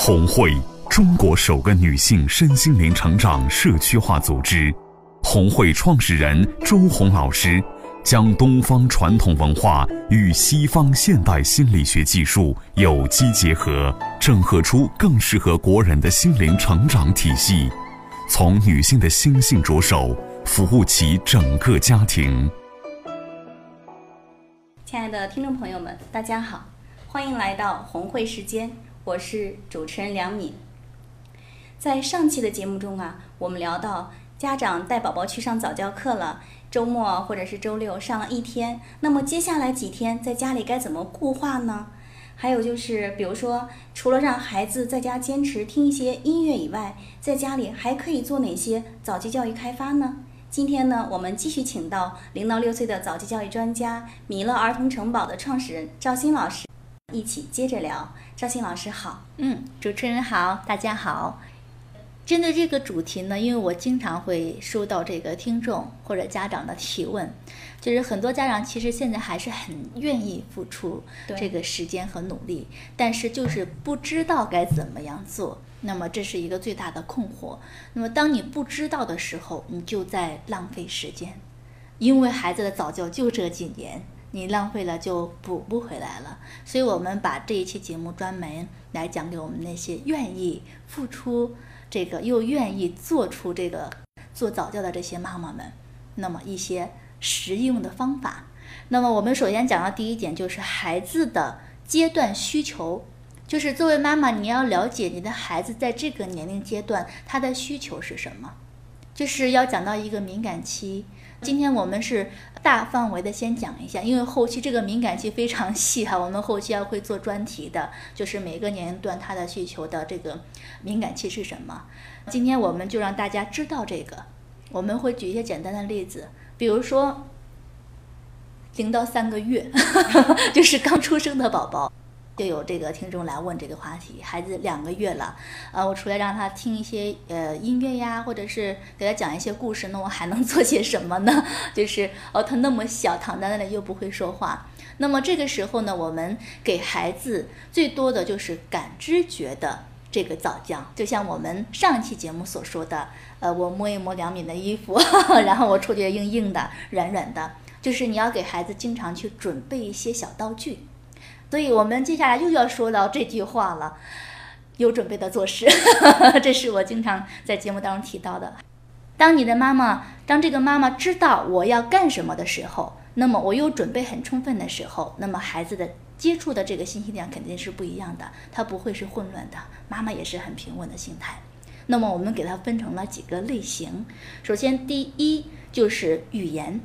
红会，中国首个女性身心灵成长社区化组织。红会创始人周红老师将东方传统文化与西方现代心理学技术有机结合，整合出更适合国人的心灵成长体系，从女性的心性着手，服务其整个家庭。 亲爱的听众朋友们，大家好，欢迎来到红会时间，我是主持人梁敏。在上期的节目中我们聊到家长带宝宝去上早教课了，周末或者是周六上了一天，那么接下来几天在家里该怎么固化呢？还有就是比如说，除了让孩子在家坚持听一些音乐以外，在家里还可以做哪些早期教育开发呢？今天呢，我们继续请到0到6岁的早期教育专家米乐儿童城堡的创始人赵鑫老师一起接着聊。赵鑫老师好。 主持人好，大家好。针对这个主题呢，因为我经常会收到这个听众或者家长的提问，就是很多家长其实现在还是很愿意付出这个时间和努力，但是就是不知道该怎么样做，那么这是一个最大的困惑。那么当你不知道的时候，你就在浪费时间，因为孩子的早教就这几年，你浪费了就补不回来了。所以我们把这一期节目专门来讲给我们那些愿意付出这个又愿意做出这个做早教的这些妈妈们，那么一些实用的方法。那么我们首先讲到第一点，就是孩子的阶段需求，就是作为妈妈你要了解你的孩子在这个年龄阶段他的需求是什么，就是要讲到一个敏感期。今天我们是大范围的先讲一下，因为后期这个敏感期非常细我们后期会做专题的，就是每个年龄段他的需求的这个敏感期是什么。今天我们就让大家知道这个，我们会举一些简单的例子，比如说0到3个月就是刚出生的宝宝，就有这个听众来问这个话题，孩子2个月了，我除了让他听一些音乐呀，或者是给他讲一些故事，那我还能做些什么呢？就是他那么小，躺在那里又不会说话，那么这个时候呢，我们给孩子最多的就是感知觉的这个早教，就像我们上期节目所说的，我摸一摸梁敏的衣服然后我触觉硬硬的软软的，就是你要给孩子经常去准备一些小道具。所以我们接下来又要说到这句话了，有准备的做事这是我经常在节目当中提到的。当这个妈妈知道我要干什么的时候，那么我又准备很充分的时候，那么孩子的接触的这个信息量肯定是不一样的，他不会是混乱的，妈妈也是很平稳的心态。那么我们给它分成了几个类型。首先第一就是语言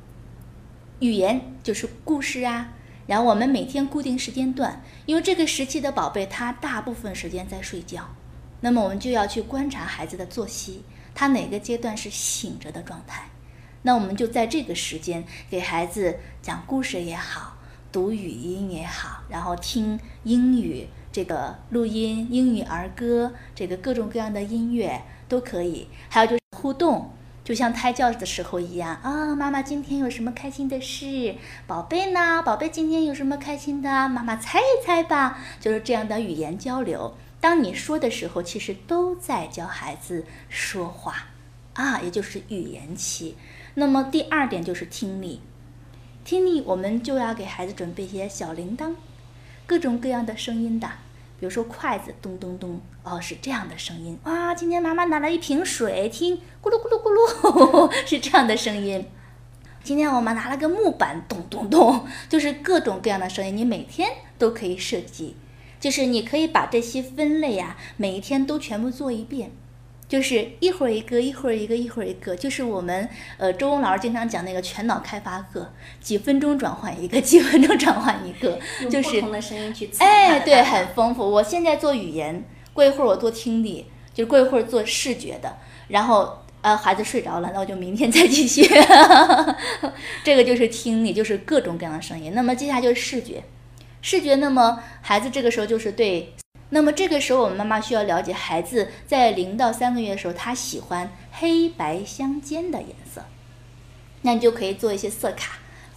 就是故事然后我们每天固定时间段，因为这个时期的宝贝他大部分时间在睡觉，那么我们就要去观察孩子的作息，他哪个阶段是醒着的状态，那我们就在这个时间给孩子讲故事也好，读语音也好，然后听英语这个录音，英语儿歌，这个各种各样的音乐都可以。还有就是互动，就像胎教的时候一样妈妈今天有什么开心的事，宝贝呢，宝贝今天有什么开心的，妈妈猜一猜吧，就是这样的语言交流。当你说的时候，其实都在教孩子说话也就是语言期。那么第二点就是听力我们就要给孩子准备一些小铃铛，各种各样的声音的，比如说筷子咚咚咚是这样的声音今天妈妈拿了一瓶水，听咕噜咕噜咕噜是这样的声音。今天我们拿了个木板，咚咚咚，就是各种各样的声音，你每天都可以设计，就是你可以把这些分类每一天都全部做一遍，就是一会儿一个，一会儿一个，一会儿一个，就是我们周公老师经常讲那个全脑开发课，几分钟转换一个，几分钟转换一个，就是用不同的声音去参对，很丰富。我现在做语言，过一会儿我做听力，就是过一会儿做视觉的，然后孩子睡着了，那我就明天再继续这个就是听力，就是各种各样的声音。那么接下来就是视觉，那么孩子这个时候就是那么这个时候我们妈妈需要了解孩子在0到3个月的时候，他喜欢黑白相间的颜色，那你就可以做一些色卡，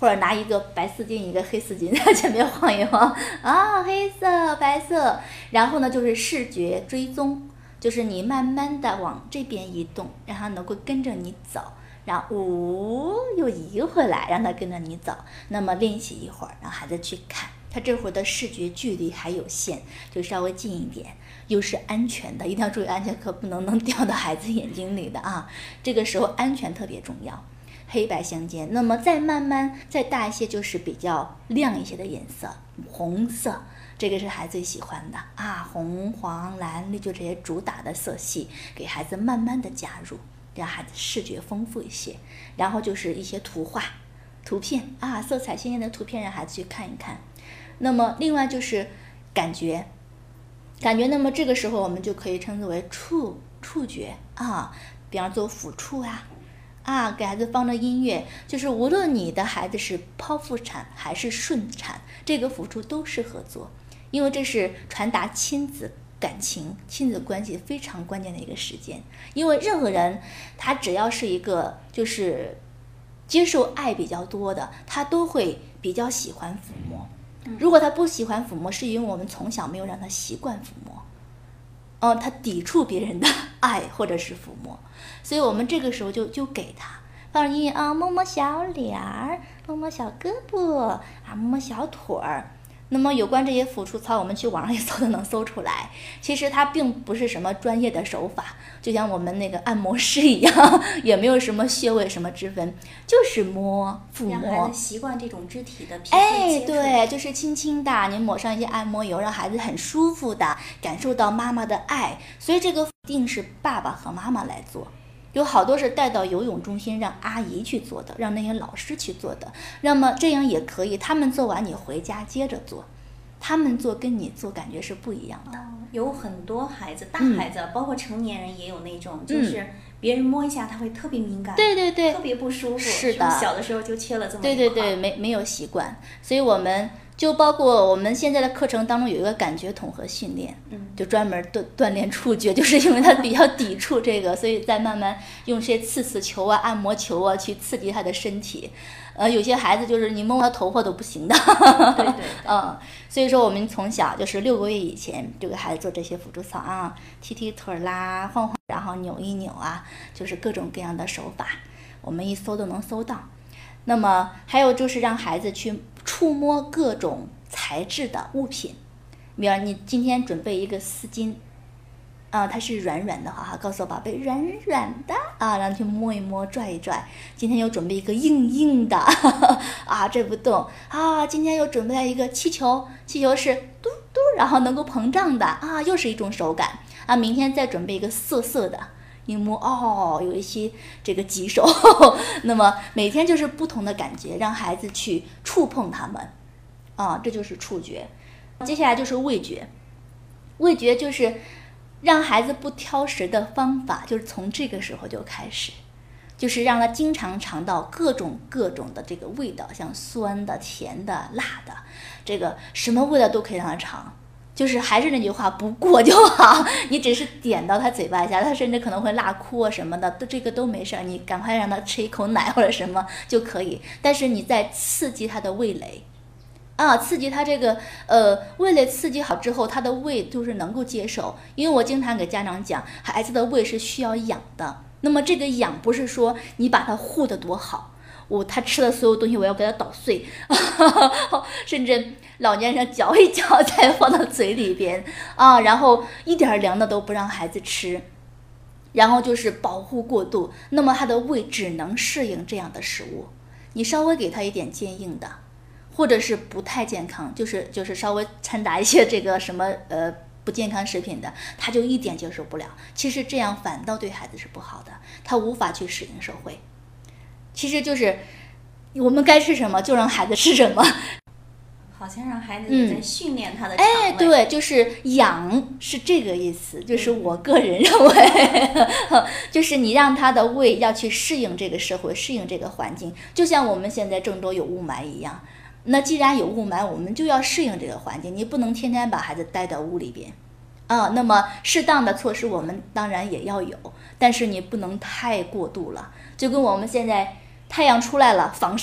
或者拿一个白丝巾一个黑丝巾在前面晃一晃啊，黑色白色，然后呢就是视觉追踪，就是你慢慢的往这边移动，让它能够跟着你走，然后又移回来，让它跟着你走。那么练习一会儿，让孩子去看，他这会儿的视觉距离还有限，就稍微近一点，又是安全的，一定要注意安全，可不能掉到孩子眼睛里的啊。这个时候安全特别重要，黑白相间。那么再慢慢再大一些，就是比较亮一些的颜色，红色，这个是孩子最喜欢的啊，红黄蓝绿，就这些主打的色系，给孩子慢慢的加入，让孩子视觉丰富一些。然后就是一些图画图片啊，色彩鲜艳的图片，让孩子去看一看。那么另外就是感觉，那么这个时候我们就可以称之为触觉啊，比方说抚触啊，给孩子放着音乐，就是无论你的孩子是剖腹产还是顺产，这个抚触都适合做，因为这是传达亲子感情、亲子关系非常关键的一个时间。因为任何人他只要是一个就是接受爱比较多的，他都会比较喜欢抚摸。如果他不喜欢抚摸，是因为我们从小没有让他习惯抚摸，他抵触别人的爱或者是抚摸，所以我们这个时候就给他放音乐啊，摸摸小脸儿，摸摸小胳膊啊，摸摸小腿儿。那么有关这些抚触操，我们去网上一搜都能搜出来。其实它并不是什么专业的手法，就像我们那个按摩师一样，也没有什么穴位什么之分，就是抚摸， 让孩子习惯这种肢体的皮肤接触。 对，就是轻轻的，你抹上一些按摩油，让孩子很舒服的感受到妈妈的爱。所以这个一定是爸爸和妈妈来做。有好多是带到游泳中心让阿姨去做的，让那些老师去做的，那么这样也可以，他们做完你回家接着做，他们做跟你做感觉是不一样的。 有很多孩子，大孩子，包括成年人也有那种，就是别人摸一下他会特别敏感， 对， 特别不舒服。 是的， 小的时候就缺了这么一块。 对，没有习惯，所以我们就包括我们现在的课程当中有一个感觉统合训练，就专门锻炼触觉，就是因为他比较抵触这个，所以再慢慢用些刺刺球啊、按摩球啊去刺激他的身体。有些孩子就是你摸他头发都不行的， 对， 所以说我们从小就是6个月以前就给孩子做这些辅助操啊，踢腿啦，晃晃，然后扭一扭啊，就是各种各样的手法，我们一搜都能搜到。那么还有就是让孩子去触摸各种材质的物品，比如你今天准备一个丝巾啊，它是软软的哈，告诉我宝贝软软的啊，让去摸一摸拽一拽。今天又准备一个硬硬的啊，这不动啊。今天又准备了一个气球，气球是嘟嘟然后能够膨胀的啊，又是一种手感啊。明天再准备一个涩涩的，一摸有一些这个棘手那么每天就是不同的感觉，让孩子去触碰它们啊，这就是触觉。接下来就是味觉，味觉就是让孩子不挑食的方法，就是从这个时候就开始，就是让他经常尝到各种的这个味道，像酸的、甜的、辣的，这个什么味道都可以让他尝。就是还是那句话，不过就好，你只是点到他嘴巴下，他甚至可能会辣哭啊什么的，这个都没事，你赶快让他吃一口奶或者什么就可以。但是你在刺激他的味蕾啊，刺激他这个味蕾刺激好之后，他的胃就是能够接受。因为我经常给家长讲，孩子的胃是需要养的。那么这个养不是说你把他护得多好，他吃的所有东西我要给他捣碎甚至老年人嚼一嚼再放到嘴里边啊，然后一点凉的都不让孩子吃，然后就是保护过度，那么他的胃只能适应这样的食物。你稍微给他一点坚硬的，或者是不太健康，就是稍微掺杂一些这个什么不健康食品的，他就一点接受不了。其实这样反倒对孩子是不好的，他无法去适应社会。其实就是我们该吃什么就让孩子吃什么， 好像让孩子也在训练他的肠胃。 对，就是养是这个意思，就是我个人认为就是你让他的胃要去适应这个社会，适应这个环境，就像我们现在郑州有雾霾一样。那既然有雾霾，我们就要适应这个环境，你不能天天把孩子带到屋里边啊。那么适当的措施我们当然也要有，但是你不能太过度了。就跟我们现在太阳出来了，防晒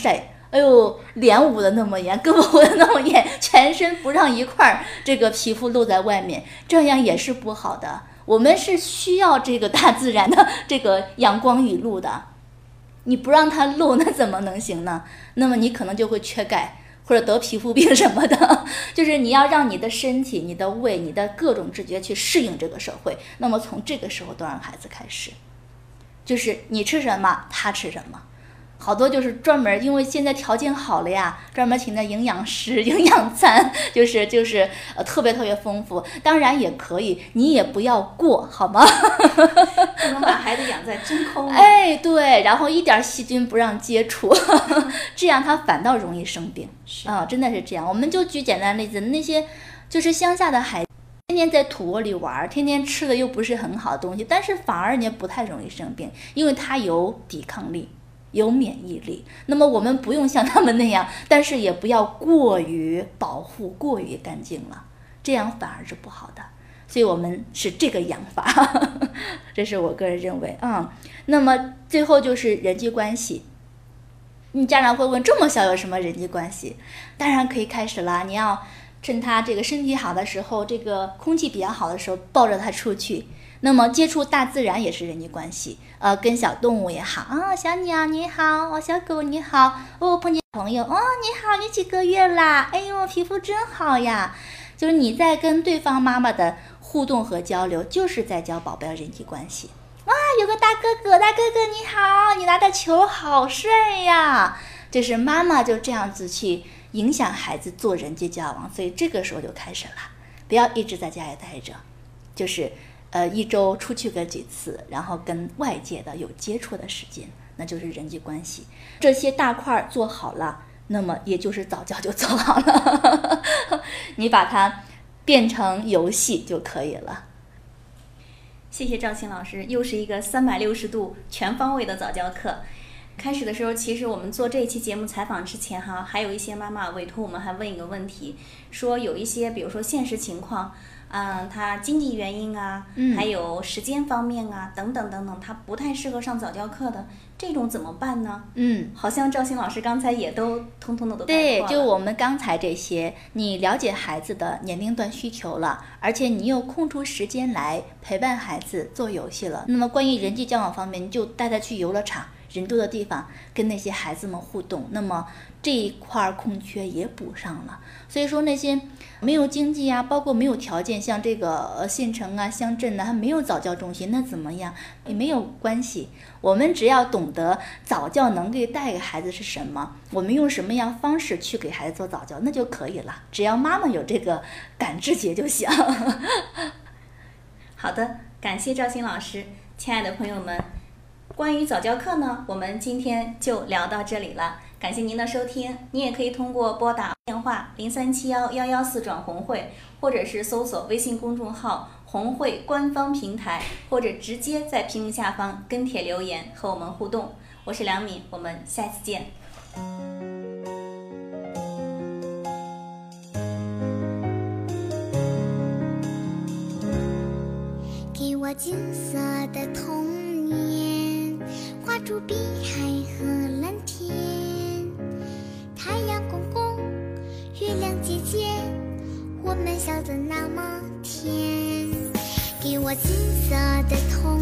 哎呦，脸捂得那么严，胳膊捂得那么严，全身不让一块儿这个皮肤露在外面，这样也是不好的。我们是需要这个大自然的这个阳光雨露的，你不让它露，那怎么能行呢？那么你可能就会缺钙或者得皮肤病什么的。就是你要让你的身体、你的胃、你的各种知觉去适应这个社会。那么从这个时候都让孩子开始，就是你吃什么，他吃什么。好多就是专门，因为现在条件好了呀，专门请的营养师、营养餐，就是特别特别丰富。当然也可以，你也不要过，好吗？ 不能把孩子养在真空里。 哎，对，然后一点细菌不让接触，这样他反倒容易生病。真的是这样。我们就举简单的例子，那些就是乡下的孩子，天天在土窝里玩，天天吃的又不是很好的东西，但是反而也不太容易生病，因为他有抵抗力。有免疫力。那么我们不用像他们那样，但是也不要过于保护、过于干净了，这样反而是不好的。所以我们是这个养法，这是我个人认为啊。那么最后就是人际关系。你家长会问，这么小有什么人际关系？当然可以开始啦。你要趁他这个身体好的时候，这个空气比较好的时候，抱着他出去。那么接触大自然也是人际关系，跟小动物也好啊，小鸟你好，小狗你好，碰见朋友，你好，你几个月啦？哎呦，皮肤真好呀！就是你在跟对方妈妈的互动和交流，就是在教宝贝人际关系。哇，有个大哥哥你好，你拿的球好帅呀！就是妈妈就这样子去影响孩子做人际交往，所以这个时候就开始了，不要一直在家里待着，就是一周出去个几次，然后跟外界的有接触的时间，那就是人际关系。这些大块做好了，那么也就是早教就做好了你把它变成游戏就可以了。 谢谢赵青老师，又是一个360度全方位的早教课。开始的时候，其实我们做这一期节目采访之前还有一些妈妈委托我们还问一个问题，说有一些比如说现实情况，他经济原因还有时间方面等等等等，他不太适合上早教课的，这种怎么办呢？好像赵鑫老师刚才也都通通的都概括了。 对，就我们刚才这些，你了解孩子的年龄段需求了，而且你又空出时间来陪伴孩子做游戏了，那么关于人际交往方面，你就带他去游乐场人多的地方跟那些孩子们互动，那么这一块空缺也补上了。所以说那些没有经济包括没有条件，像这个县城乡镇还没有早教中心，那怎么样也没有关系。我们只要懂得早教能给带给孩子是什么，我们用什么样方式去给孩子做早教，那就可以了。只要妈妈有这个感知觉就行。 好的，感谢赵鑫老师。亲爱的朋友们，关于早教课呢，我们今天就聊到这里了。感谢您的收听，你也可以通过拨打电话0371114114转红会，或者是搜索微信公众号红会官方平台，或者直接在屏幕下方跟帖留言和我们互动。我是梁敏，我们下次见。 给我金色的童年，画出碧海和蓝天，太阳公公，月亮姐姐，我们笑得那么甜。给我金色的童